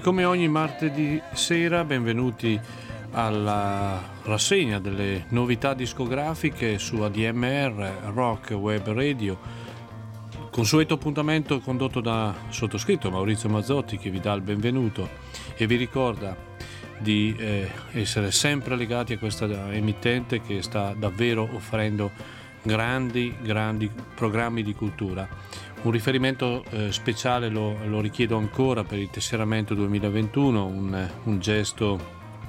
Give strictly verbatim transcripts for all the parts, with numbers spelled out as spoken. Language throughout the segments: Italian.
come ogni martedì sera, benvenuti alla rassegna delle novità discografiche su A D M R, Rock Web Radio. Consueto appuntamento condotto da sottoscritto Maurizio Mazzotti, che vi dà il benvenuto e vi ricorda di eh, essere sempre legati a questa emittente che sta davvero offrendo grandi, grandi programmi di cultura. Un riferimento eh, speciale lo, lo richiedo ancora per il tesseramento duemilaventuno, un, un gesto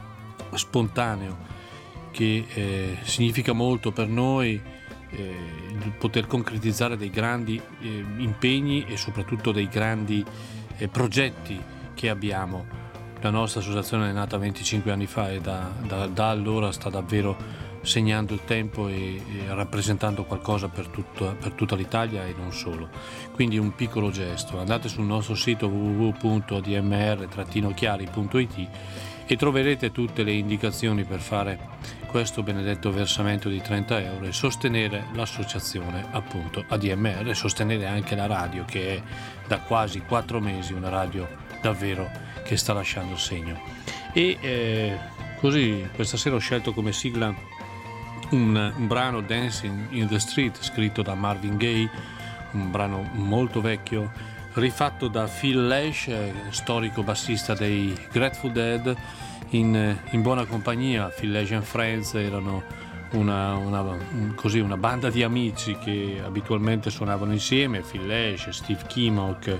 spontaneo che eh, significa molto per noi, eh, il poter concretizzare dei grandi eh, impegni e soprattutto dei grandi eh, progetti che abbiamo. La nostra associazione è nata venticinque anni fa e da, da, da allora sta davvero segnando il tempo e, e rappresentando qualcosa per, tutto, per tutta l'Italia e non solo. Quindi un piccolo gesto. Andate sul nostro sito w w w punto a d m r trattino chiari punto i t e troverete tutte le indicazioni per fare questo benedetto versamento di trenta euro e sostenere l'associazione, appunto A D M R, e sostenere anche la radio, che è da quasi quattro mesi una radio davvero che sta lasciando il segno. E eh, così questa sera ho scelto come sigla Un, un brano, Dancing in the Street, scritto da Marvin Gaye, un brano molto vecchio, rifatto da Phil Lesh, storico bassista dei Grateful Dead, in, in buona compagnia. Phil Lesh and Friends erano una, una, così, una banda di amici che abitualmente suonavano insieme: Phil Lesh, Steve Kimock,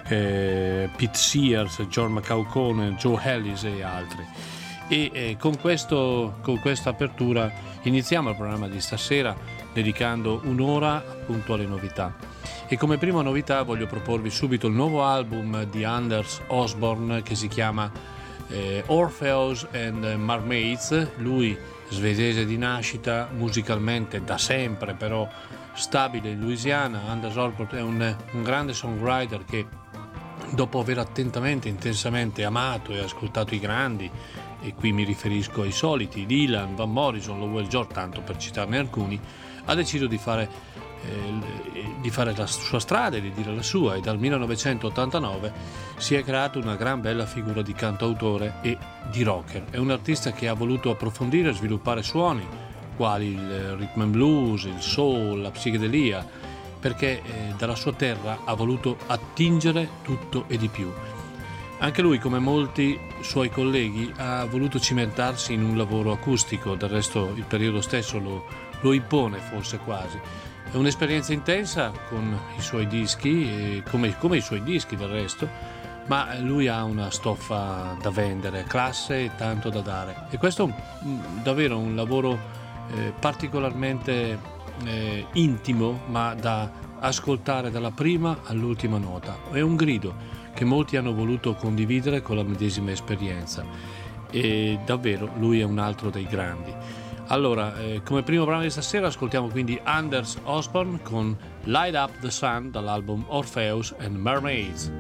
eh, Pete Sears, John McCaughan, Joe Ellis e altri. E eh, con questo con questa apertura iniziamo il programma di stasera, dedicando un'ora appunto alle novità. E come prima novità voglio proporvi subito il nuovo album di Anders Osborne, che si chiama eh, Orpheus and Mermaids. Lui svedese di nascita, musicalmente da sempre però stabile in Louisiana. Anders Osborne è un, un grande songwriter che, dopo aver attentamente, intensamente amato e ascoltato i grandi, e qui mi riferisco ai soliti Dylan, Van Morrison, Lowell George, tanto per citarne alcuni, ha deciso di fare, eh, di fare la sua strada e di dire la sua, e dal millenovecentottantanove si è creata una gran bella figura di cantautore e di rocker. È un artista che ha voluto approfondire e sviluppare suoni quali il rhythm and blues, il soul, la psichedelia, perché eh, dalla sua terra ha voluto attingere tutto e di più. Anche lui, come molti suoi colleghi, ha voluto cimentarsi in un lavoro acustico, del resto il periodo stesso lo, lo impone forse quasi. È un'esperienza intensa con i suoi dischi, e come, come i suoi dischi del resto, ma lui ha una stoffa da vendere, classe e tanto da dare. E questo è un, davvero un lavoro eh, particolarmente eh, intimo, ma da ascoltare dalla prima all'ultima nota. È un grido che molti hanno voluto condividere con la medesima esperienza, e davvero lui è un altro dei grandi. Allora, eh, come primo brano di stasera ascoltiamo quindi Anders Osborne con Light Up the Sun dall'album Orpheus and Mermaids.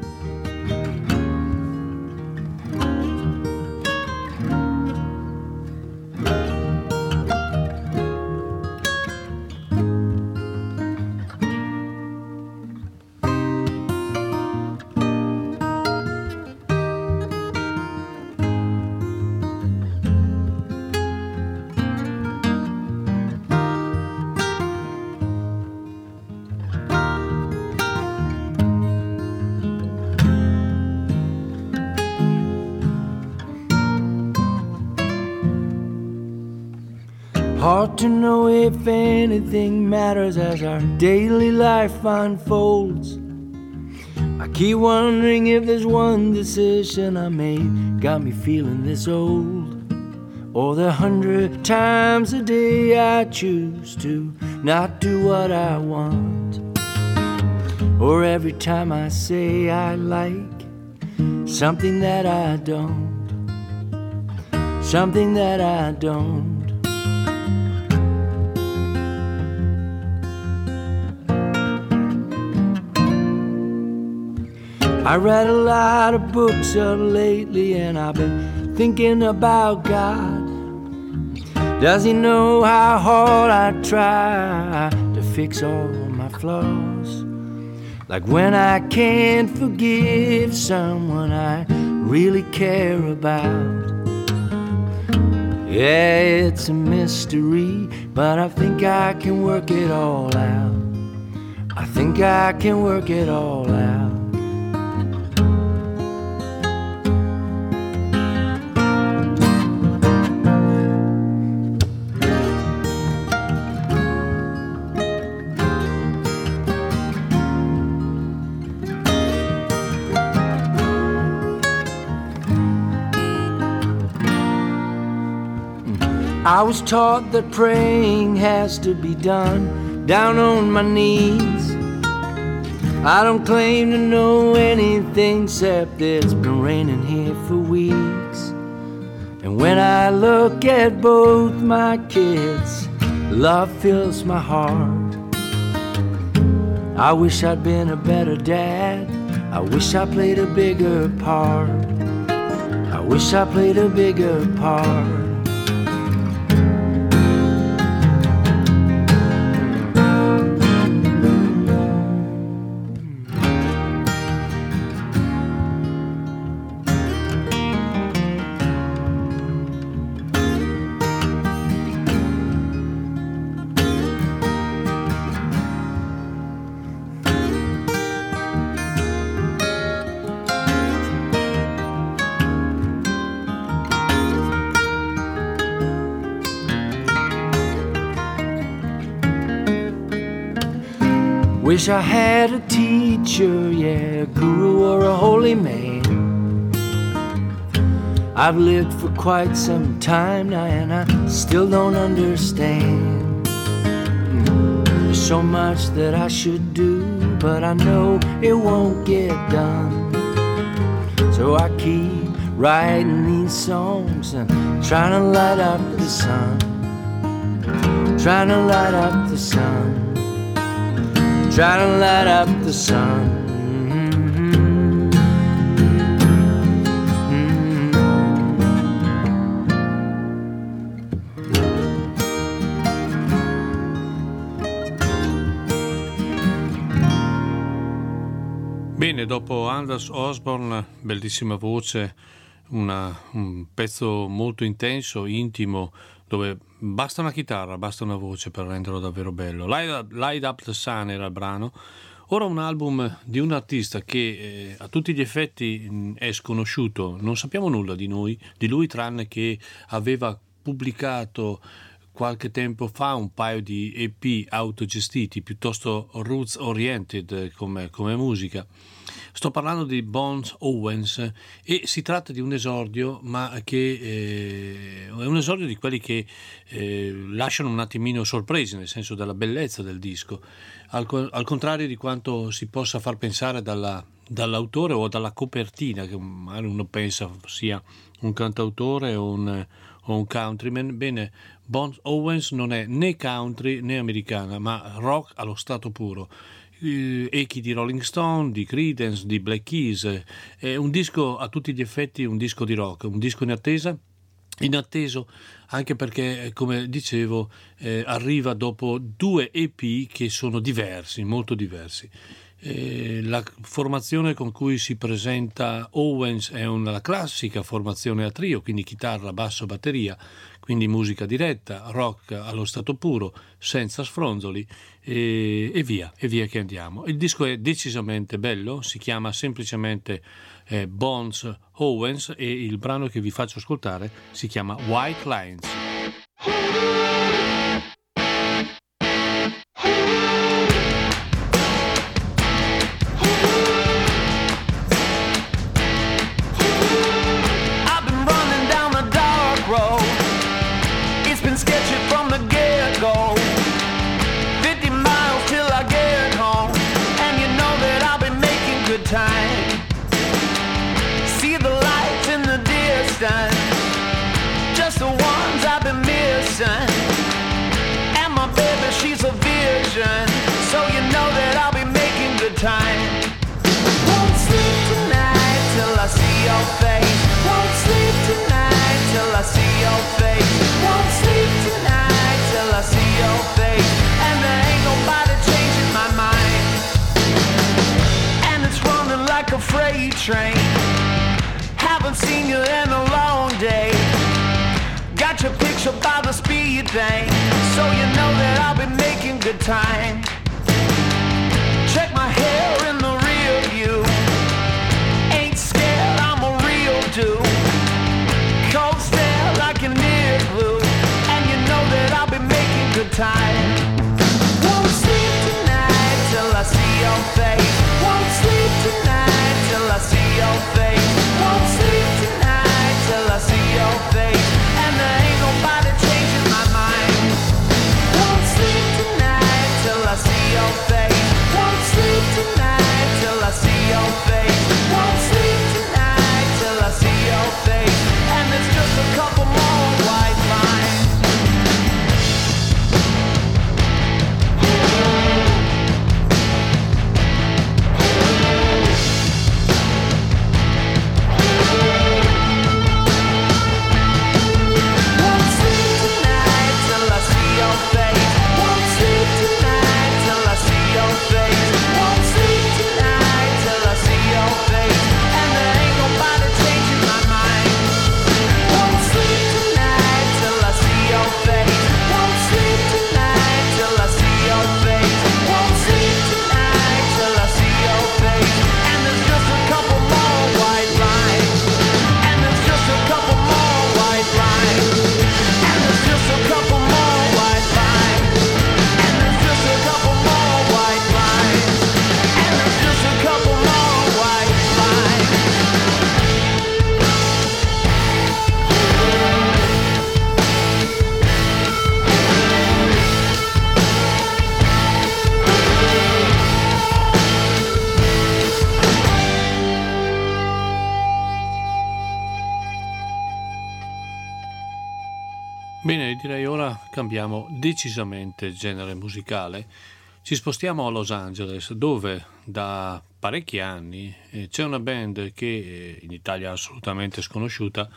Hard to know if anything matters as our daily life unfolds. I keep wondering if there's one decision I made got me feeling this old, or the hundred times a day I choose to not do what I want, or every time I say I like something that I don't, something that I don't. I read a lot of books of lately, and I've been thinking about God. Does he know how hard I try to fix all my flaws? Like when I can't forgive someone, I really care about. Yeah, it's a mystery, but I think I can work it all out. I think I can work it all out. I was taught that praying has to be done down on my knees. I don't claim to know anything except it's been raining here for weeks. And when I look at both my kids, love fills my heart. I wish I'd been a better dad. I wish I played a bigger part. I wish I played a bigger part. Wish I had a teacher, yeah, a guru or a holy man. I've lived for quite some time now and I still don't understand. There's so much that I should do, but I know it won't get done. So I keep writing these songs and trying to light up the sun. Trying to light up the sun. Trying to light up the sun. Mm-hmm. Mm-hmm. Bene, dopo Anders Osborne, bellissima voce, una, un pezzo molto intenso, intimo, dove basta una chitarra, basta una voce per renderlo davvero bello. Light, Light Up the Sun era il brano. Ora un album di un artista che eh, a tutti gli effetti mh, è sconosciuto, non sappiamo nulla di, noi, di lui tranne che aveva pubblicato qualche tempo fa un paio di E P autogestiti, piuttosto roots oriented come, come musica. Sto parlando di Bones Owens e si tratta di un esordio, ma che eh, è un esordio di quelli che eh, lasciano un attimino sorpresi, nel senso della bellezza del disco, al, al contrario di quanto si possa far pensare dalla, dall'autore o dalla copertina, che magari uno pensa sia un cantautore o un, o un countryman. Bene, Bones Owens non è né country né americana, ma rock allo stato puro. Echi di Rolling Stone, di Creedence, di Black Keys. È un disco a tutti gli effetti, un disco di rock, un disco in attesa, inatteso anche perché, come dicevo, eh, arriva dopo due E P che sono diversi, molto diversi. Eh, la formazione con cui si presenta Owens è una la classica formazione a trio, quindi chitarra, basso, batteria, quindi musica diretta, rock allo stato puro, senza sfronzoli, e, e via, e via che andiamo. Il disco è decisamente bello, si chiama semplicemente eh, Bones Owens e il brano che vi faccio ascoltare si chiama White Lines. Time. See the lights in the distance, just the ones I've been missing. And my baby, she's a vision, so you know that I'll be making good time. Won't sleep tonight till I see your face. Won't sleep tonight till I see your face. Won't sleep tonight till I see your face. And there ain't nobody changing my mind. Like a freight train, have a you in a long day. Got your picture by the speed thing, so you know that I'll be making good time. Check my hair in the rear view. Ain't scared, I'm a real dude. Cold stare like an igloo, and you know that I'll be making good time. Won't sleep tonight till I see your face. Won't sleep tonight till I see your face. Won't sleep tonight till I see your face. And there ain't nobody changing my mind. Won't sleep tonight till I see your face. Won't sleep tonight till I see your face. Won't sleep tonight till I see your face. And there's just a couple more white lines. Bene, direi ora cambiamo decisamente genere musicale. Ci spostiamo a Los Angeles, dove da parecchi anni eh, c'è una band che eh, in Italia è assolutamente sconosciuta,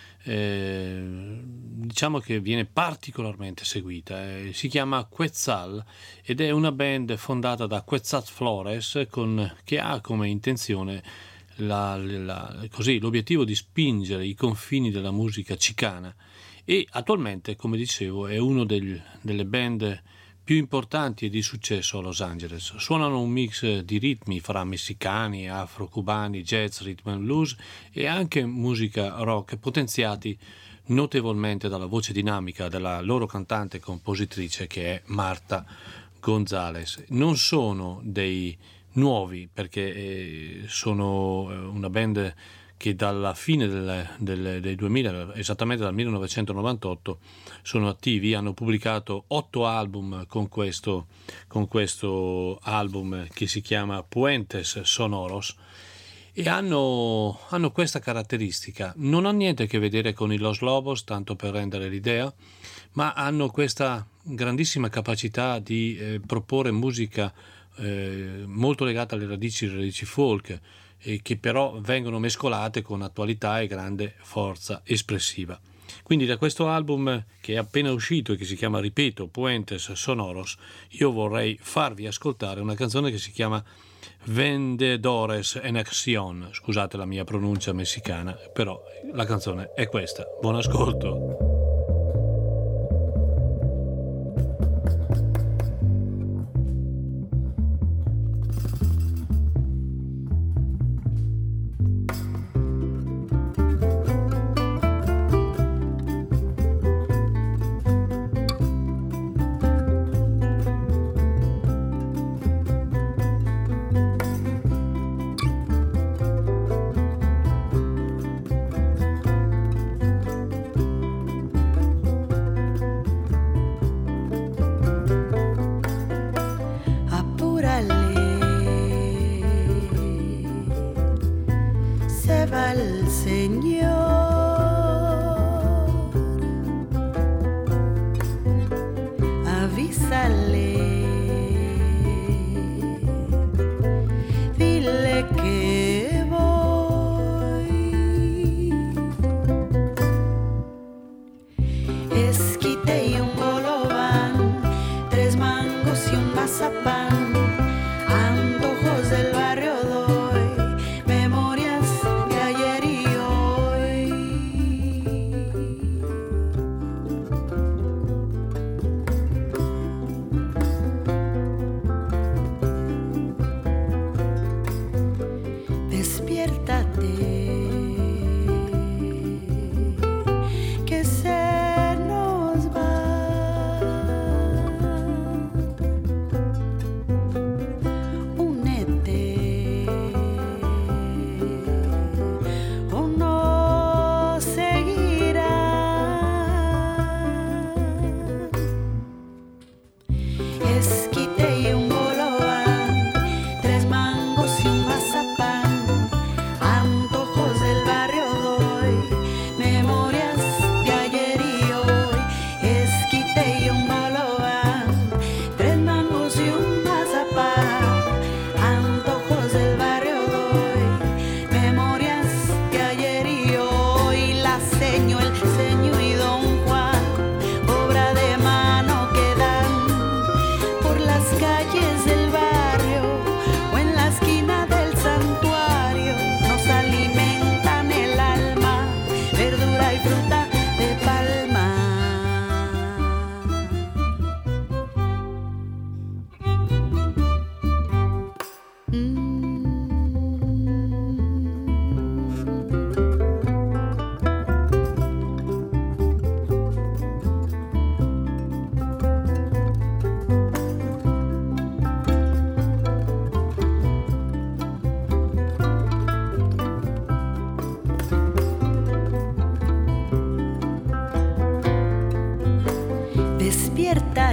eh, diciamo che viene particolarmente seguita. Eh, si chiama Quetzal ed è una band fondata da Quetzal Flores con, che ha come intenzione la, la, così, l'obiettivo di spingere i confini della musica chicana. E attualmente, come dicevo, è una delle band più importanti e di successo a Los Angeles. Suonano un mix di ritmi fra messicani, afro-cubani, jazz, rhythm and blues e anche musica rock, potenziati notevolmente dalla voce dinamica della loro cantante e compositrice, che è Marta Gonzalez. Non sono dei nuovi, perché sono una band che dalla fine del, del, del duemila, esattamente dal millenovecentonovantotto, sono attivi, hanno pubblicato otto album con questo, con questo album che si chiama Puentes Sonoros, e hanno, hanno questa caratteristica. Non ha niente a che vedere con i Los Lobos, tanto per rendere l'idea, ma hanno questa grandissima capacità di eh, proporre musica eh, molto legata alle radici, alle radici folk, e che però vengono mescolate con attualità e grande forza espressiva. Quindi da questo album che è appena uscito e che si chiama, ripeto, Puentes Sonoros, io vorrei farvi ascoltare una canzone che si chiama Vendedores en Acción. Scusate la mia pronuncia messicana, però la canzone è questa. Buon ascolto. Antojos del barrio doy, memorias de ayer y hoy.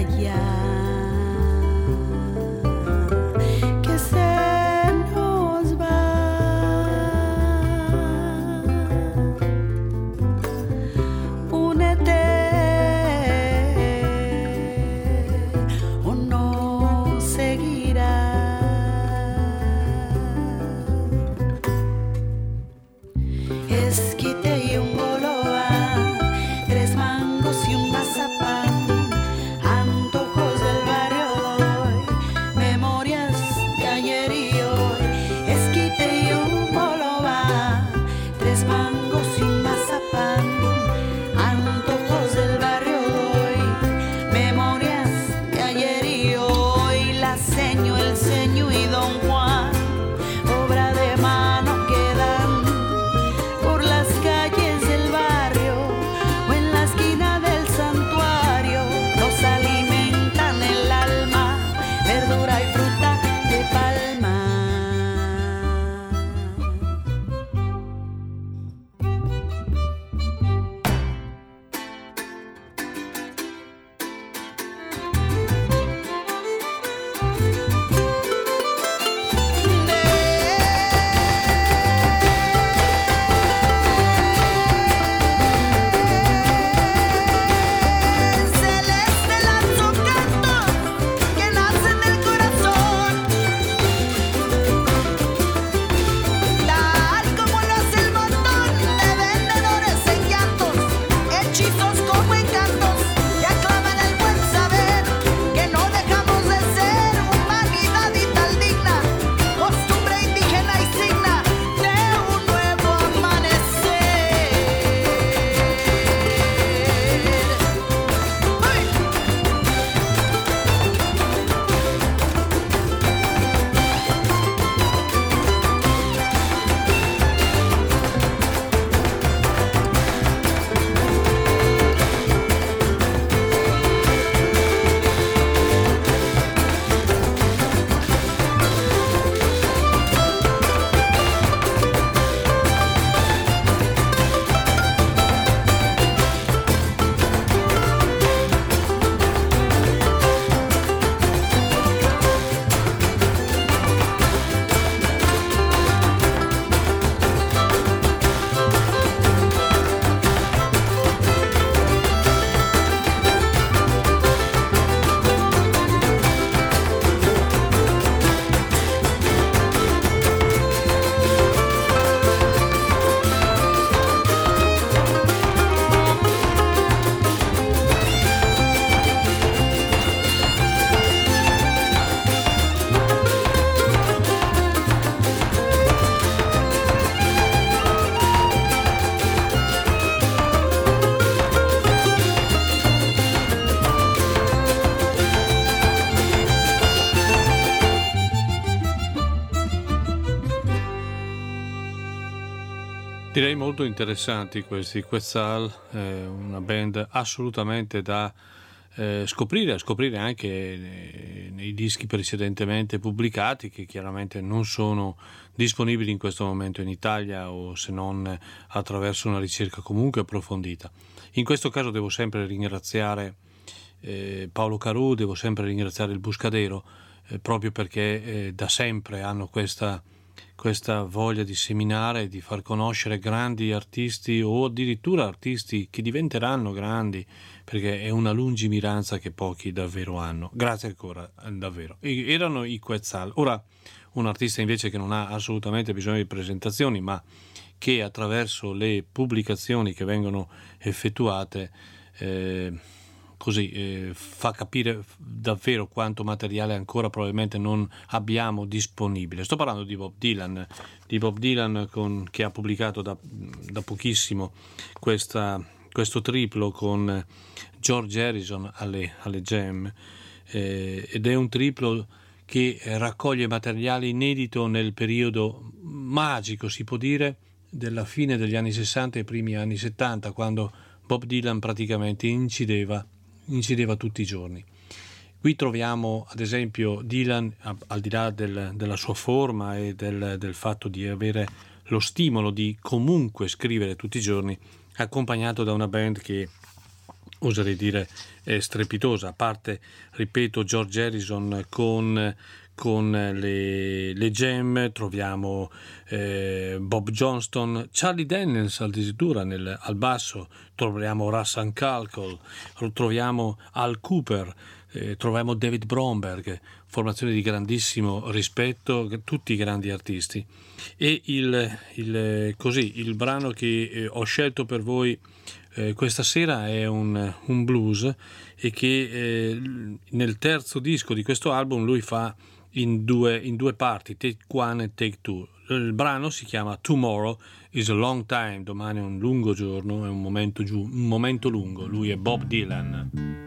Direi molto interessanti questi Quetzal, eh, una band assolutamente da eh, scoprire, scoprire anche nei, nei dischi precedentemente pubblicati, che chiaramente non sono disponibili in questo momento in Italia, o se non attraverso una ricerca comunque approfondita. In questo caso devo sempre ringraziare eh, Paolo Carù, devo sempre ringraziare il Buscadero, eh, proprio perché eh, da sempre hanno questa questa voglia di seminare, di far conoscere grandi artisti o addirittura artisti che diventeranno grandi, perché è una lungimiranza che pochi davvero hanno. Grazie ancora, davvero. E erano i Quetzal. Ora, un artista invece che non ha assolutamente bisogno di presentazioni, ma che attraverso le pubblicazioni che vengono effettuate eh, così eh, fa capire davvero quanto materiale ancora probabilmente non abbiamo disponibile. Sto parlando di Bob Dylan, di Bob Dylan con, che ha pubblicato da, da pochissimo questa, questo triplo con George Harrison alle, alle Jam, eh, ed è un triplo che raccoglie materiale inedito nel periodo magico, si può dire, della fine degli anni sessanta e primi anni settanta, quando Bob Dylan praticamente incideva incideva tutti i giorni. Qui troviamo ad esempio Dylan, al di là del, della sua forma e del, del fatto di avere lo stimolo di comunque scrivere tutti i giorni, accompagnato da una band che oserei dire eh, strepitosa, a parte, ripeto, George Harrison con, con le, le Gem, troviamo eh, Bob Johnston, Charlie Daniels addirittura nel, al basso, troviamo Russ Unkalkle, troviamo Al Cooper, eh, troviamo David Bromberg, formazione di grandissimo rispetto, tutti grandi artisti. E il, il, così, il brano che eh, ho scelto per voi eh, questa sera è un, un blues, e che eh, nel terzo disco di questo album lui fa in due, in due parti, Take One e Take Two. Il brano si chiama Tomorrow is a Long Time, domani è un lungo giorno, è un momento, giù, un momento lungo. Lui è Bob Dylan.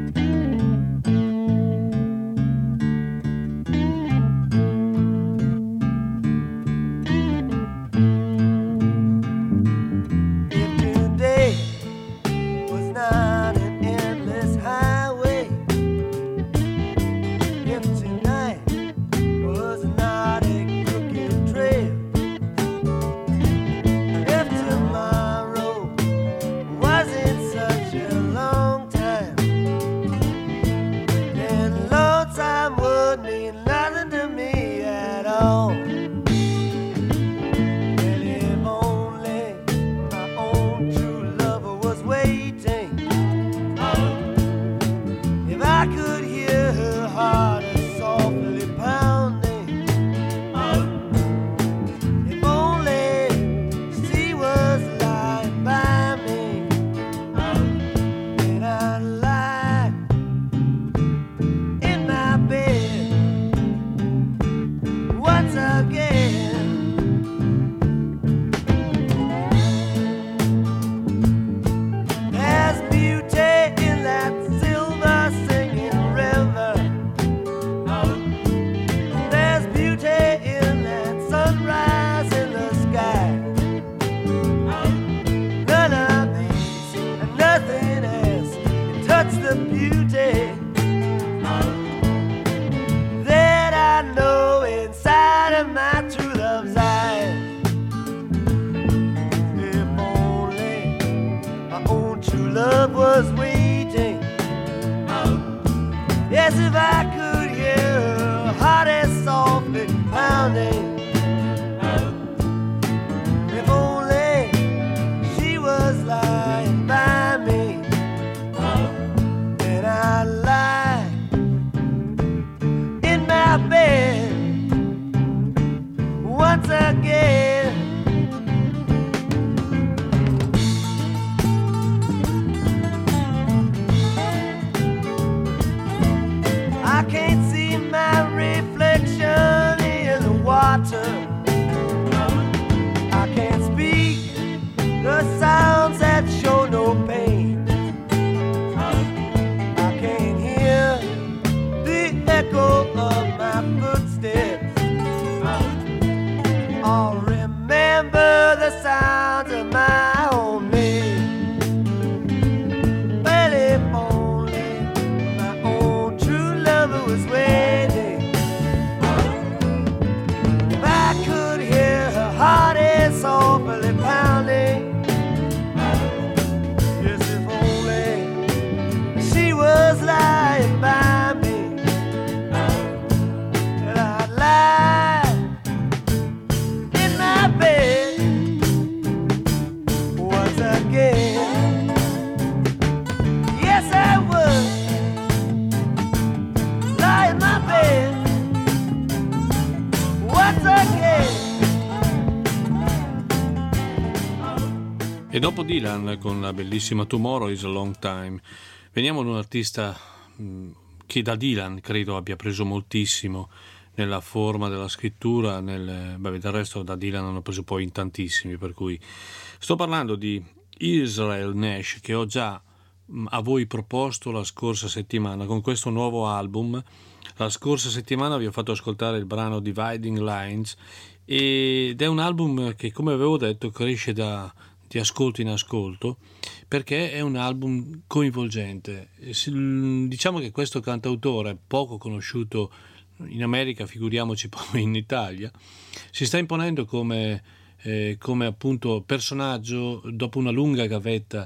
E dopo Dylan con la bellissima Tomorrow is a Long Time, veniamo ad un artista mh, che da Dylan credo abbia preso moltissimo nella forma della scrittura, nel, beh, del resto da Dylan hanno preso poi in tantissimi, per cui sto parlando di Israel Nash, che ho già mh, a voi proposto la scorsa settimana con questo nuovo album. La scorsa settimana vi ho fatto ascoltare il brano Dividing Lines, ed è un album che, come avevo detto, cresce da di ascolto in ascolto, perché è un album coinvolgente. Diciamo che questo cantautore, poco conosciuto in America, figuriamoci poi in Italia, si sta imponendo come, eh, come appunto personaggio dopo una lunga gavetta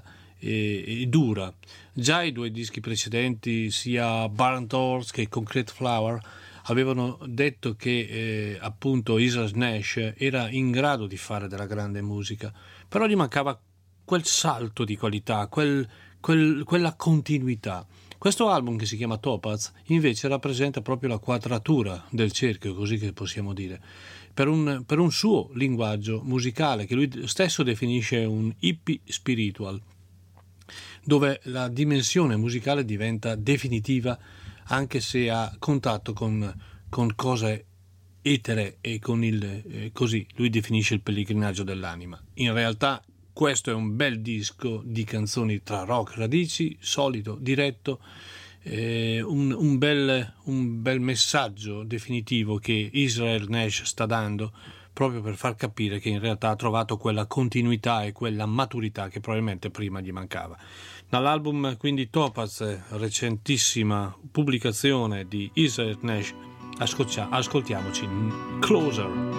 e, e dura. Già i due dischi precedenti, sia Burnt Horse che Concrete Flower, avevano detto che eh, appunto Israel Nash era in grado di fare della grande musica, però gli mancava quel salto di qualità, quel, quel, quella continuità. Questo album, che si chiama Topaz, invece rappresenta proprio la quadratura del cerchio, così che possiamo dire, per un, per un suo linguaggio musicale che lui stesso definisce un hippie spiritual, dove la dimensione musicale diventa definitiva anche se ha contatto con, con cose etere e con il, eh, così lui definisce il pellegrinaggio dell'anima. In realtà questo è un bel disco di canzoni tra rock, radici, solido, diretto, eh, un, un, bel, un bel messaggio definitivo che Israel Nash sta dando, proprio per far capire che in realtà ha trovato quella continuità e quella maturità che probabilmente prima gli mancava. Dall'album quindi Topaz, recentissima pubblicazione di Israel Nash, ascoltiamoci Closer.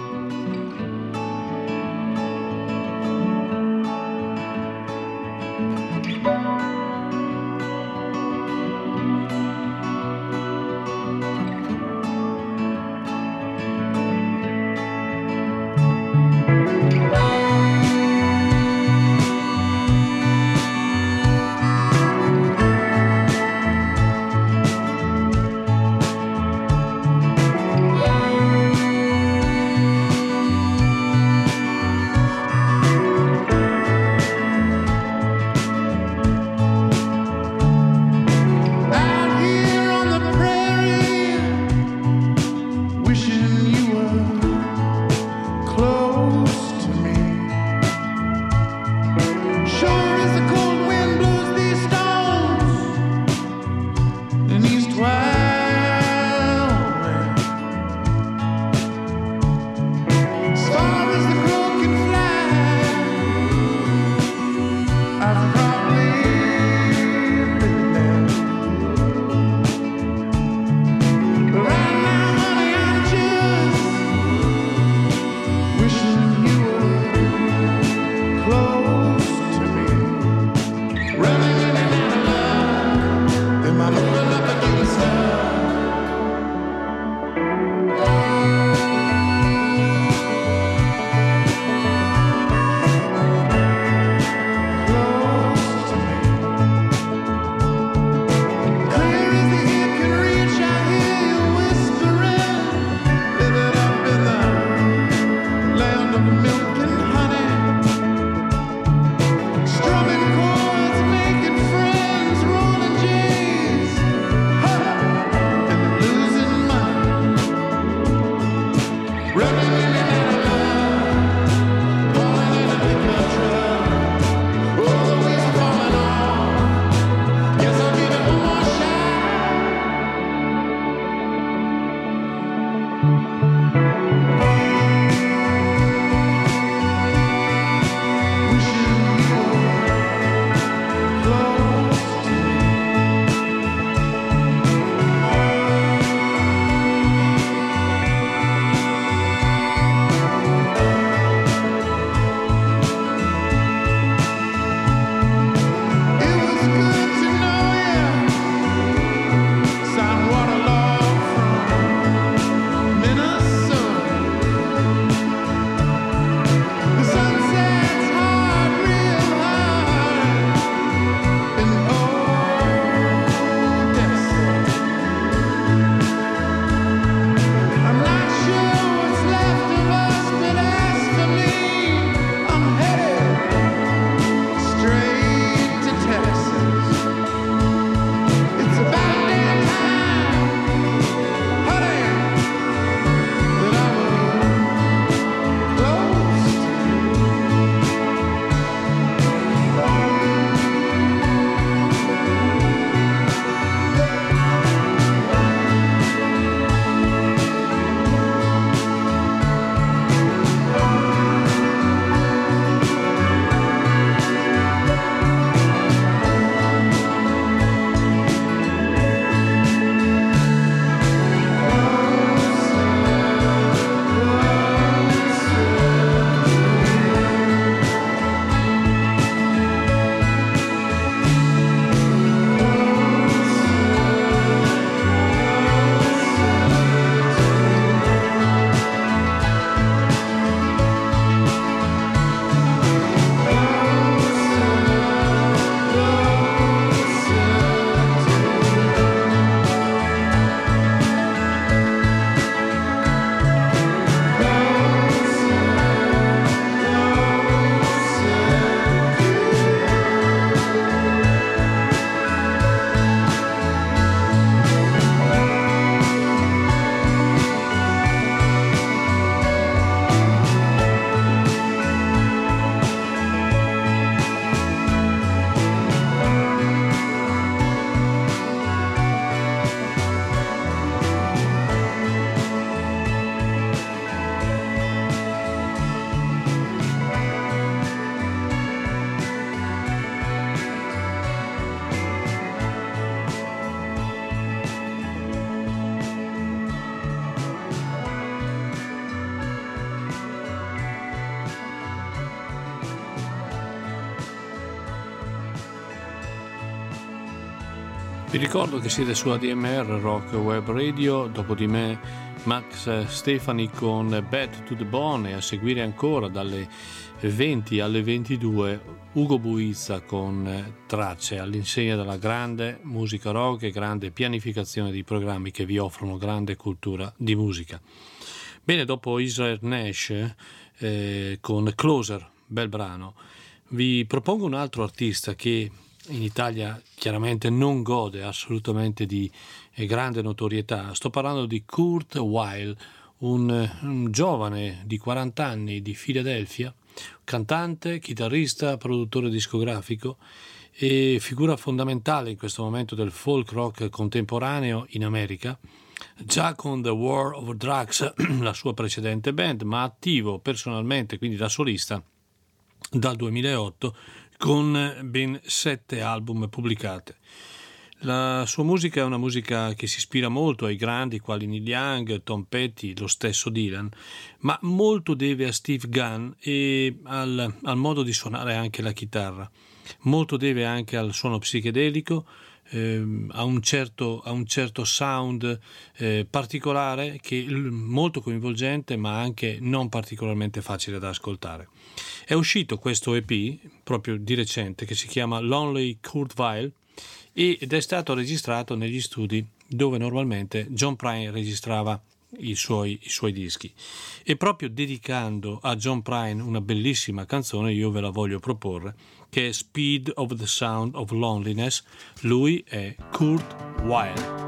Vi ricordo che siete su A D M R Rock Web Radio, dopo di me Max Stefani con Bad to the Bone, e a seguire ancora dalle venti alle ventidue Ugo Buizza con Tracce, all'insegna della grande musica rock e grande pianificazione di programmi che vi offrono grande cultura di musica. Bene, dopo Israel Nash eh, con Closer, bel brano, vi propongo un altro artista che in Italia chiaramente non gode assolutamente di grande notorietà. Sto parlando di Kurt Weill, un, un giovane di quaranta anni di Filadelfia, cantante, chitarrista, produttore discografico e figura fondamentale in questo momento del folk rock contemporaneo in America, già con The War of Drugs, la sua precedente band, ma attivo personalmente, quindi da solista, dal duemilaotto, con ben sette album pubblicati. La sua musica è una musica che si ispira molto ai grandi quali Neil Young, Tom Petty, lo stesso Dylan, ma molto deve a Steve Gunn e al, al modo di suonare anche la chitarra. Molto deve anche al suono psichedelico, eh, a, un certo, a un certo sound eh, particolare, che è molto coinvolgente ma anche non particolarmente facile da ascoltare. È uscito questo E P proprio di recente che si chiama Lonely Kurt Weill ed è stato registrato negli studi dove normalmente John Prine registrava i suoi, i suoi dischi, e proprio dedicando a John Prine una bellissima canzone io ve la voglio proporre, che è Speed of the Sound of Loneliness. Lui è Kurt Weill.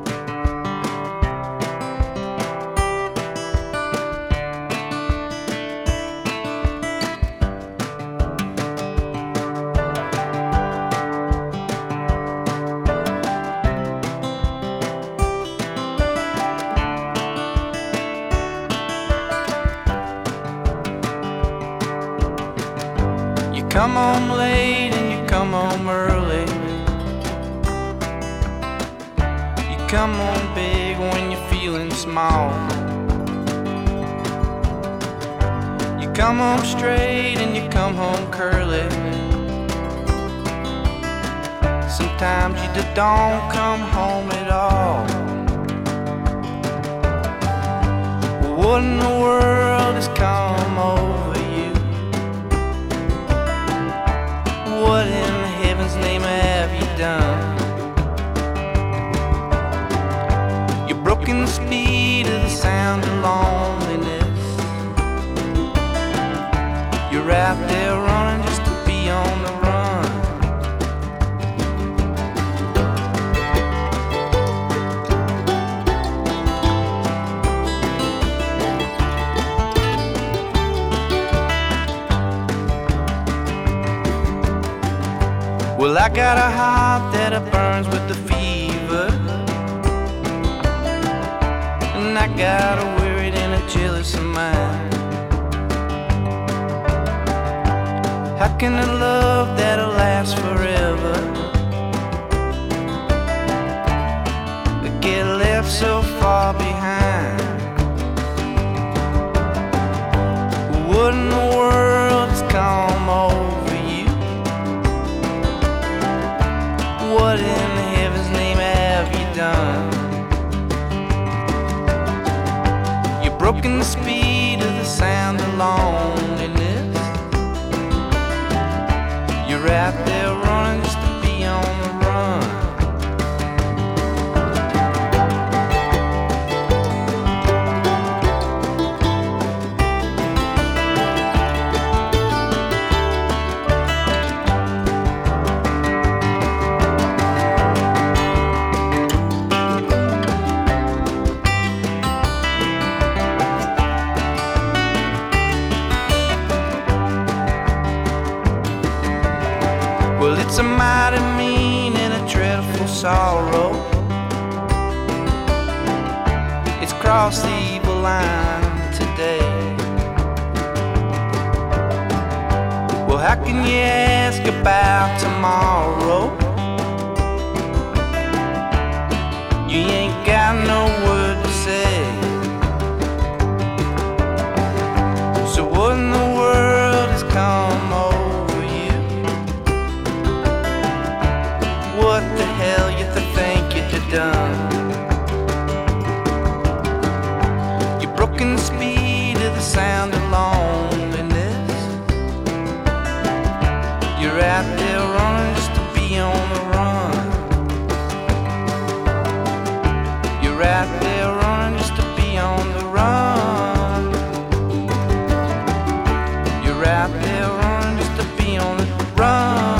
Come home late and you come home early. You come home big when you're feeling small. You come home straight and you come home curly. Sometimes you just don't come home at all. What in the world has come over you? What in heaven's name have you done? You're broken the speed of the sound of loneliness. You're out there running just to be on the run. Well, I got a heart that it burns with the fever, and I got a worried and a jealous mind. How can a love that'll last forever get left so far behind? What in the world has come over you? What in heaven's name have you done? You've broken the speed of the sound of loneliness. You're out there running just to be on the run. It's a mighty mean and a dreadful sorrow. It's crossed the evil line today. Well, how can you ask about tomorrow? You ain't got no word to say. So what in the world has come over? What the hell you think You're out there running just to be on the run. You're out there running just to be on the run.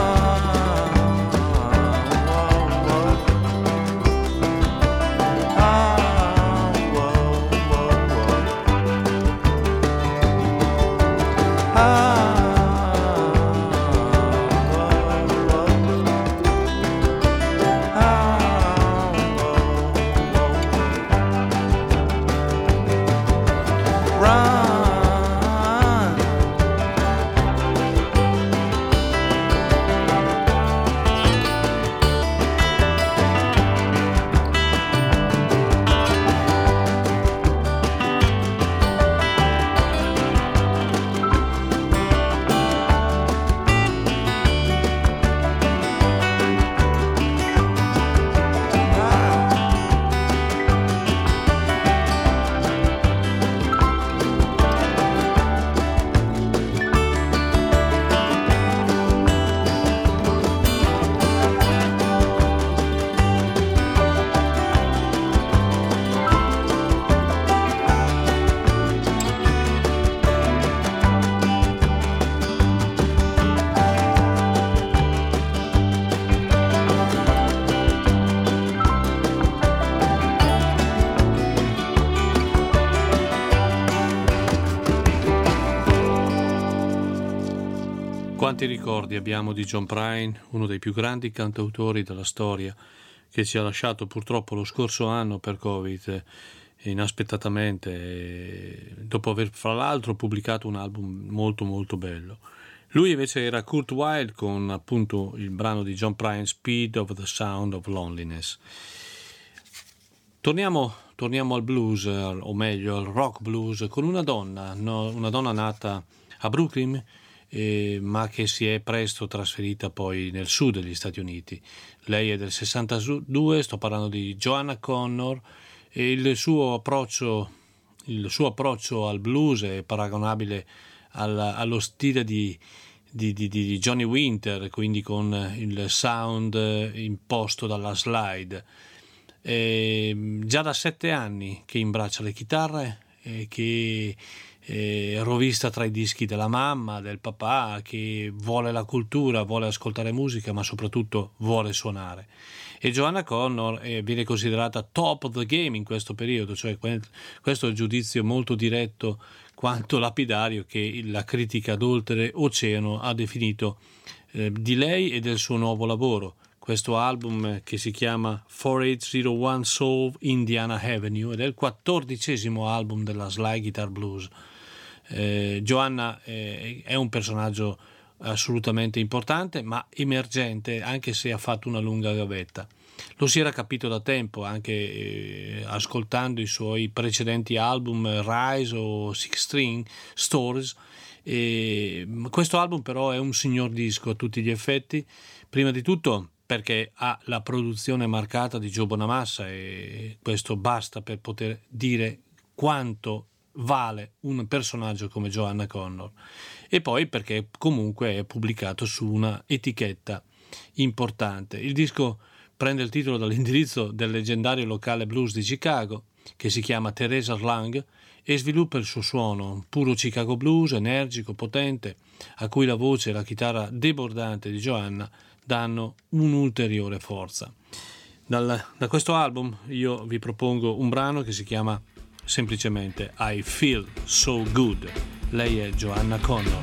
Quanti ricordi abbiamo di John Prine, uno dei più grandi cantautori della storia, che ci ha lasciato purtroppo lo scorso anno per Covid, inaspettatamente, dopo aver fra l'altro pubblicato un album molto molto bello. Lui invece era Kurt Weill con appunto il brano di John Prine, Speed of the Sound of Loneliness. Torniamo, torniamo al blues, o meglio al rock blues, con una donna, no, una donna nata a Brooklyn, Eh, ma che si è presto trasferita poi nel sud degli Stati Uniti. Lei è del sessantadue, sto parlando di Joanna Connor, e il suo approccio, il suo approccio al blues è paragonabile al, allo stile di, di, di, di Johnny Winter, quindi con il sound imposto dalla slide. E già da sette anni che imbraccia le chitarre e che è rovista tra i dischi della mamma, del papà, che vuole la cultura, vuole ascoltare musica, ma soprattutto vuole suonare. E Joanna Connor eh, viene considerata top of the game in questo periodo, cioè questo è il giudizio molto diretto quanto lapidario che la critica d'oltre oceano ha definito eh, di lei e del suo nuovo lavoro. Questo album che si chiama quarantotto Soul Indiana Avenue ed è il quattordicesimo album della Sly Guitar Blues. Eh, Joanna eh, è un personaggio assolutamente importante ma emergente, anche se ha fatto una lunga gavetta. Lo si era capito da tempo anche eh, ascoltando i suoi precedenti album Rise o Six String Stories. E questo album però è un signor disco a tutti gli effetti, prima di tutto perché ha la produzione marcata di Joe Bonamassa, e questo basta per poter dire quanto vale un personaggio come Joanna Connor, e poi perché comunque è pubblicato su una etichetta importante. Il disco prende il titolo dall'indirizzo del leggendario locale blues di Chicago, che si chiama Teresa Lang, e sviluppa il suo suono, un puro Chicago blues, energico, potente, a cui la voce e la chitarra debordante di Joanna danno un'ulteriore forza. Dal, da questo album io vi propongo un brano che si chiama semplicemente I Feel So Good. Lei è Joanna Connor.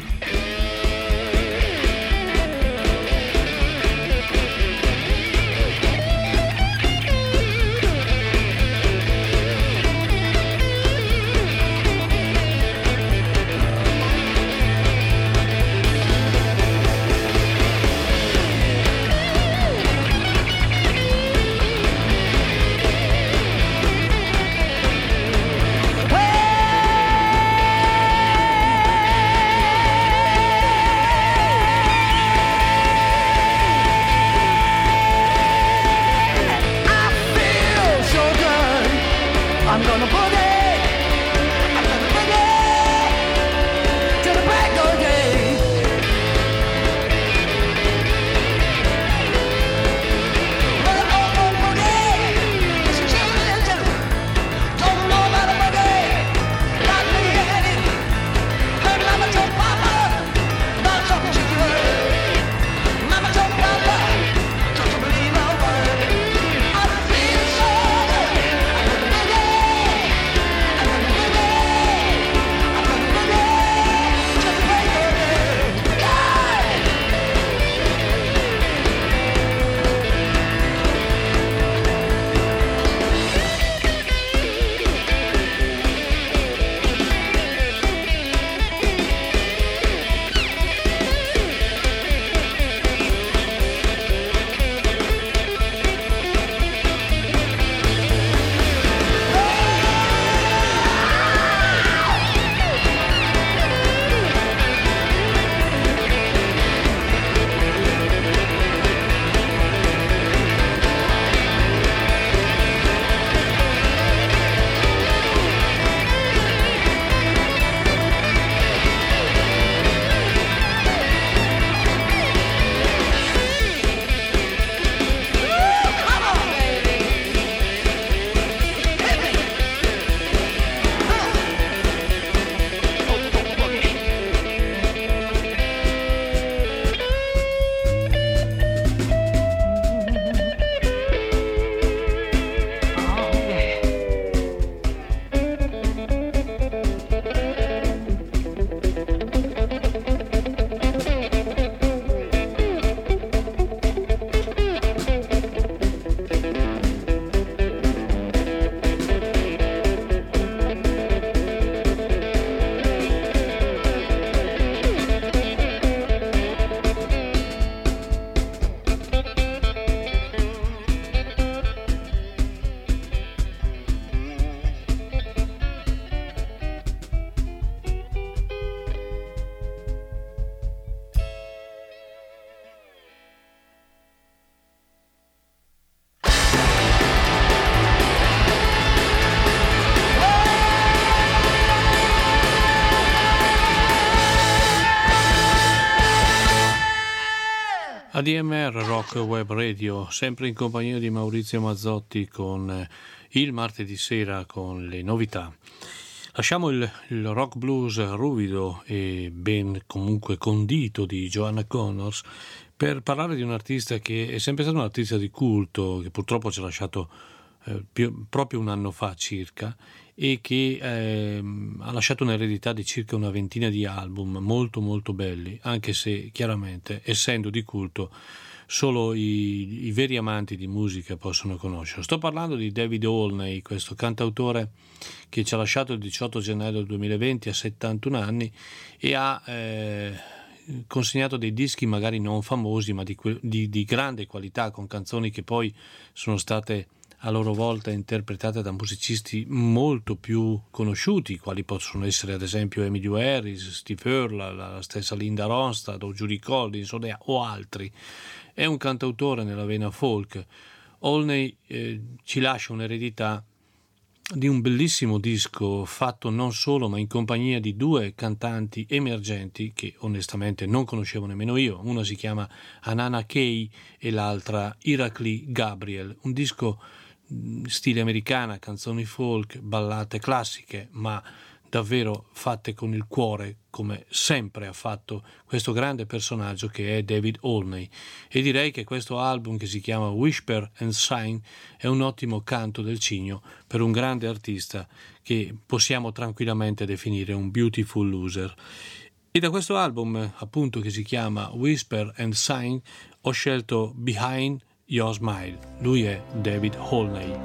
A D M R Rock Web Radio, sempre in compagnia di Maurizio Mazzotti con il martedì sera con le novità. Lasciamo il, il rock blues ruvido e ben comunque condito di Joanna Connors per parlare di un artista che è sempre stato un artista di culto, che purtroppo ci ha lasciato eh, più, proprio un anno fa circa, e che eh, ha lasciato un'eredità di circa una ventina di album molto molto belli, anche se chiaramente, essendo di culto, solo i, i veri amanti di musica possono conoscerlo. Sto parlando di David Olney, questo cantautore che ci ha lasciato il diciotto gennaio del duemilaventi a settantuno anni e ha eh, consegnato dei dischi magari non famosi ma di, di, di grande qualità, con canzoni che poi sono state a loro volta interpretate da musicisti molto più conosciuti, quali possono essere ad esempio Emmylou Harris, Steve Earle, la, la stessa Linda Ronstadt o Judy Collins o altri. È un cantautore nella vena folk. Olney eh, ci lascia un'eredità di un bellissimo disco fatto non solo ma in compagnia di due cantanti emergenti che onestamente non conoscevo nemmeno io. Una si chiama Anana Kay e l'altra Irakli Gabriel. Un disco stile americana, canzoni folk, ballate classiche, ma davvero fatte con il cuore, come sempre ha fatto questo grande personaggio che è David Olney. E direi che questo album, che si chiama Whisper and Sign, è un ottimo canto del cigno per un grande artista che possiamo tranquillamente definire un beautiful loser. E da questo album, appunto, che si chiama Whisper and Sign, ho scelto Behind Your Smile. Lui è David Olney.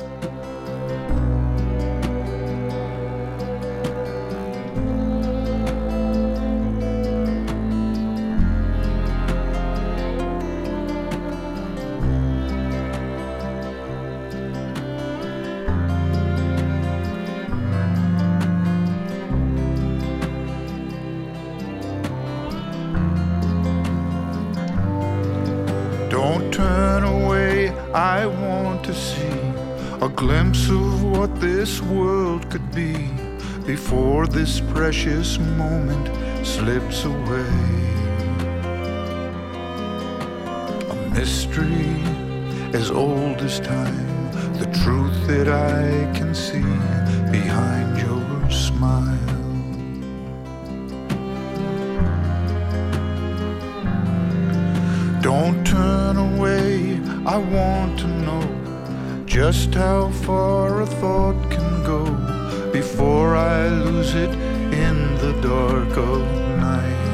I want to see a glimpse of what this world could be before this precious moment slips away. A mystery as old as time, the truth that I can see behind your smile. Don't turn away, I want to know just how far a thought can go before I lose it in the dark of night.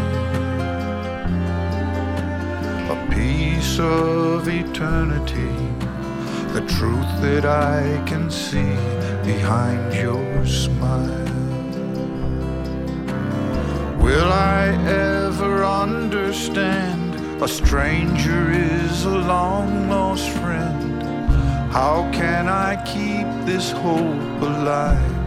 A piece of eternity, the truth that I can see behind your smile. Will I ever understand? A stranger is a long-lost friend. How can I keep this hope alive?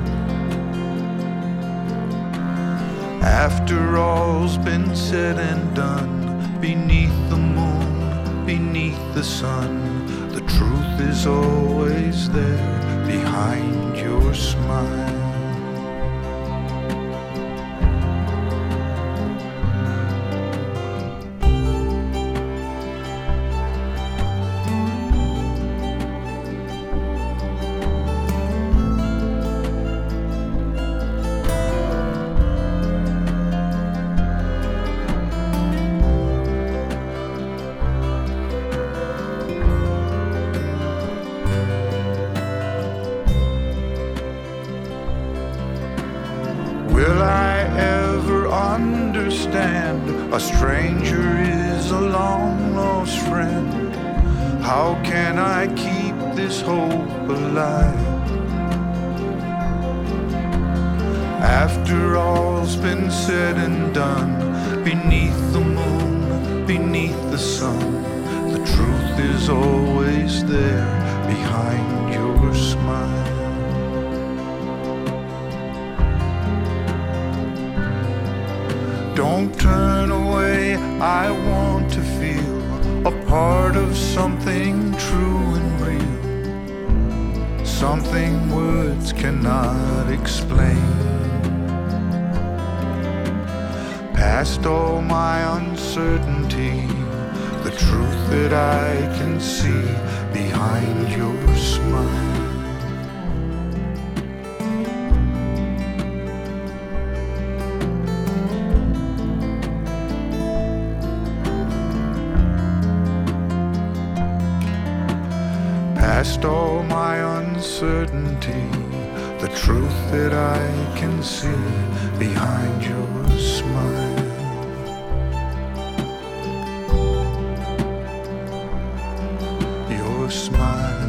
After all's been said and done, beneath the moon, beneath the sun, the truth is always there behind your smile. A stranger is a long-lost friend. How can I keep this hope alive? After all's been said and done, beneath the moon, beneath the sun, the truth is always there behind your smile. Don't turn away, I want to feel a part of something true and real, something words cannot explain. Past all my uncertainty, the truth that I can see behind your smile. Past all my uncertainty, the truth that I can see behind your smile. Your smile.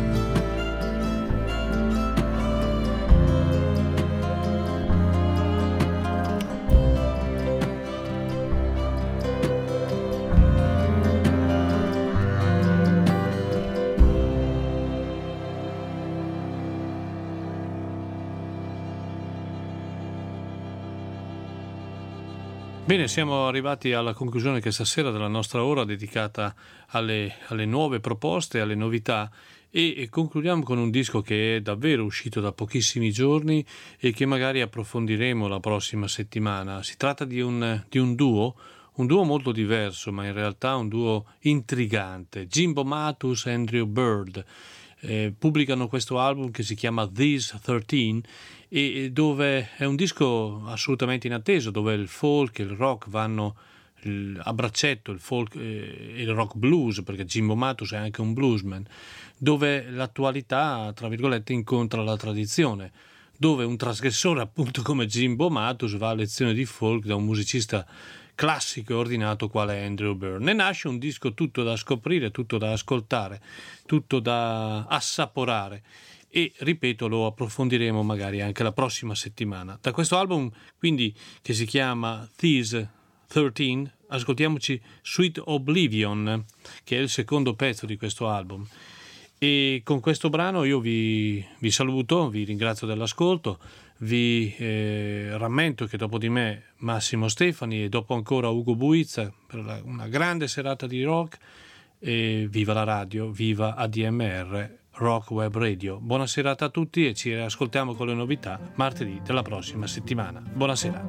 Bene, siamo arrivati alla conclusione questa sera della nostra ora dedicata alle, alle nuove proposte, alle novità e, e concludiamo con un disco che è davvero uscito da pochissimi giorni e che magari approfondiremo la prossima settimana. Si tratta di un, di un duo, un duo molto diverso, ma in realtà un duo intrigante. Jimbo Matus e Andrew Bird eh, pubblicano questo album che si chiama These thirteen e dove è un disco assolutamente inatteso, dove il folk e il rock vanno a braccetto, il folk e il rock blues, perché Jimbo Matus è anche un bluesman, dove l'attualità, tra virgolette, incontra la tradizione, dove un trasgressore appunto come Jimbo Matus va a lezione di folk da un musicista classico e ordinato quale Andrew Bird. Ne nasce un disco tutto da scoprire, tutto da ascoltare, tutto da assaporare. E ripeto, lo approfondiremo magari anche la prossima settimana. Da questo album, quindi, che si chiama These thirteen, ascoltiamoci Sweet Oblivion, che è il secondo pezzo di questo album. E con questo brano io vi, vi saluto, vi ringrazio dell'ascolto, vi eh, rammento che dopo di me Massimo Stefani e dopo ancora Ugo Buizza per la, una grande serata di rock. E viva la radio, viva A D M R Rock Web Radio. Buona serata a tutti e ci ascoltiamo con le novità martedì della prossima settimana. Buonasera.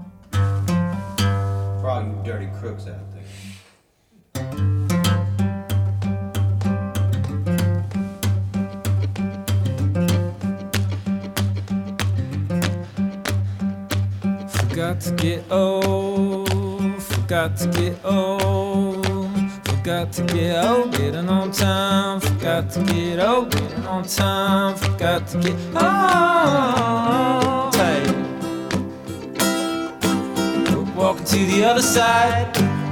For all you dirty crooks out there. Forgot to get old, forgot to get old. Forgot to get old, getting on time. Forgot to get old, getting on time. Forgot to get old. Tight. Walking to the other side,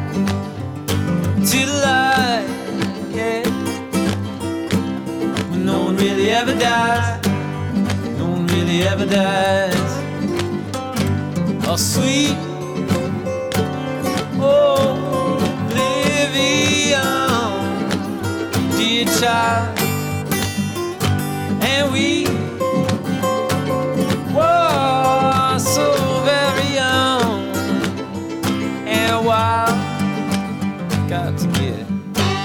to the light, yeah. When no one really ever dies, no one really ever dies. Oh, sweet, oh. Dear child, and we were so very young and wild. Got to get it.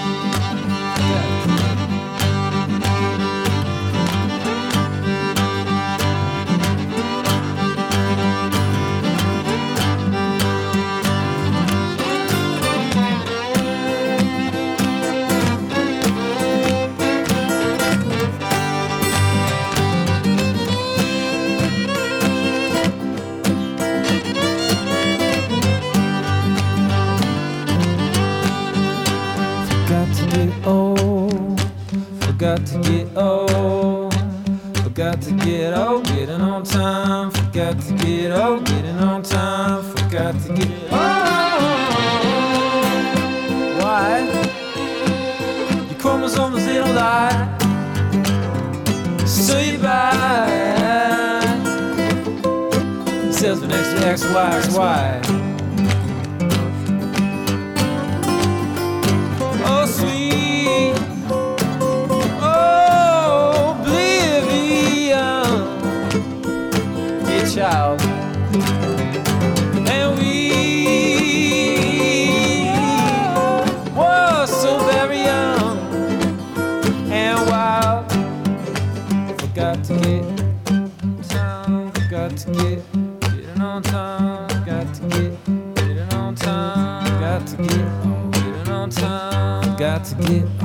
Forgot to get old, forgot to get old, getting on time. Forgot to get old, getting on time. Forgot to get old. Why? Your chromosomes, they don't lie, so you buy yourself an extra X, Y, X, Y. Oh, sweet, oh, oblivion, dear child, and we were so very young and wild. Forgot to get time, forgot to get, getting on time, got to get, getting on time, got to get, getting on time. get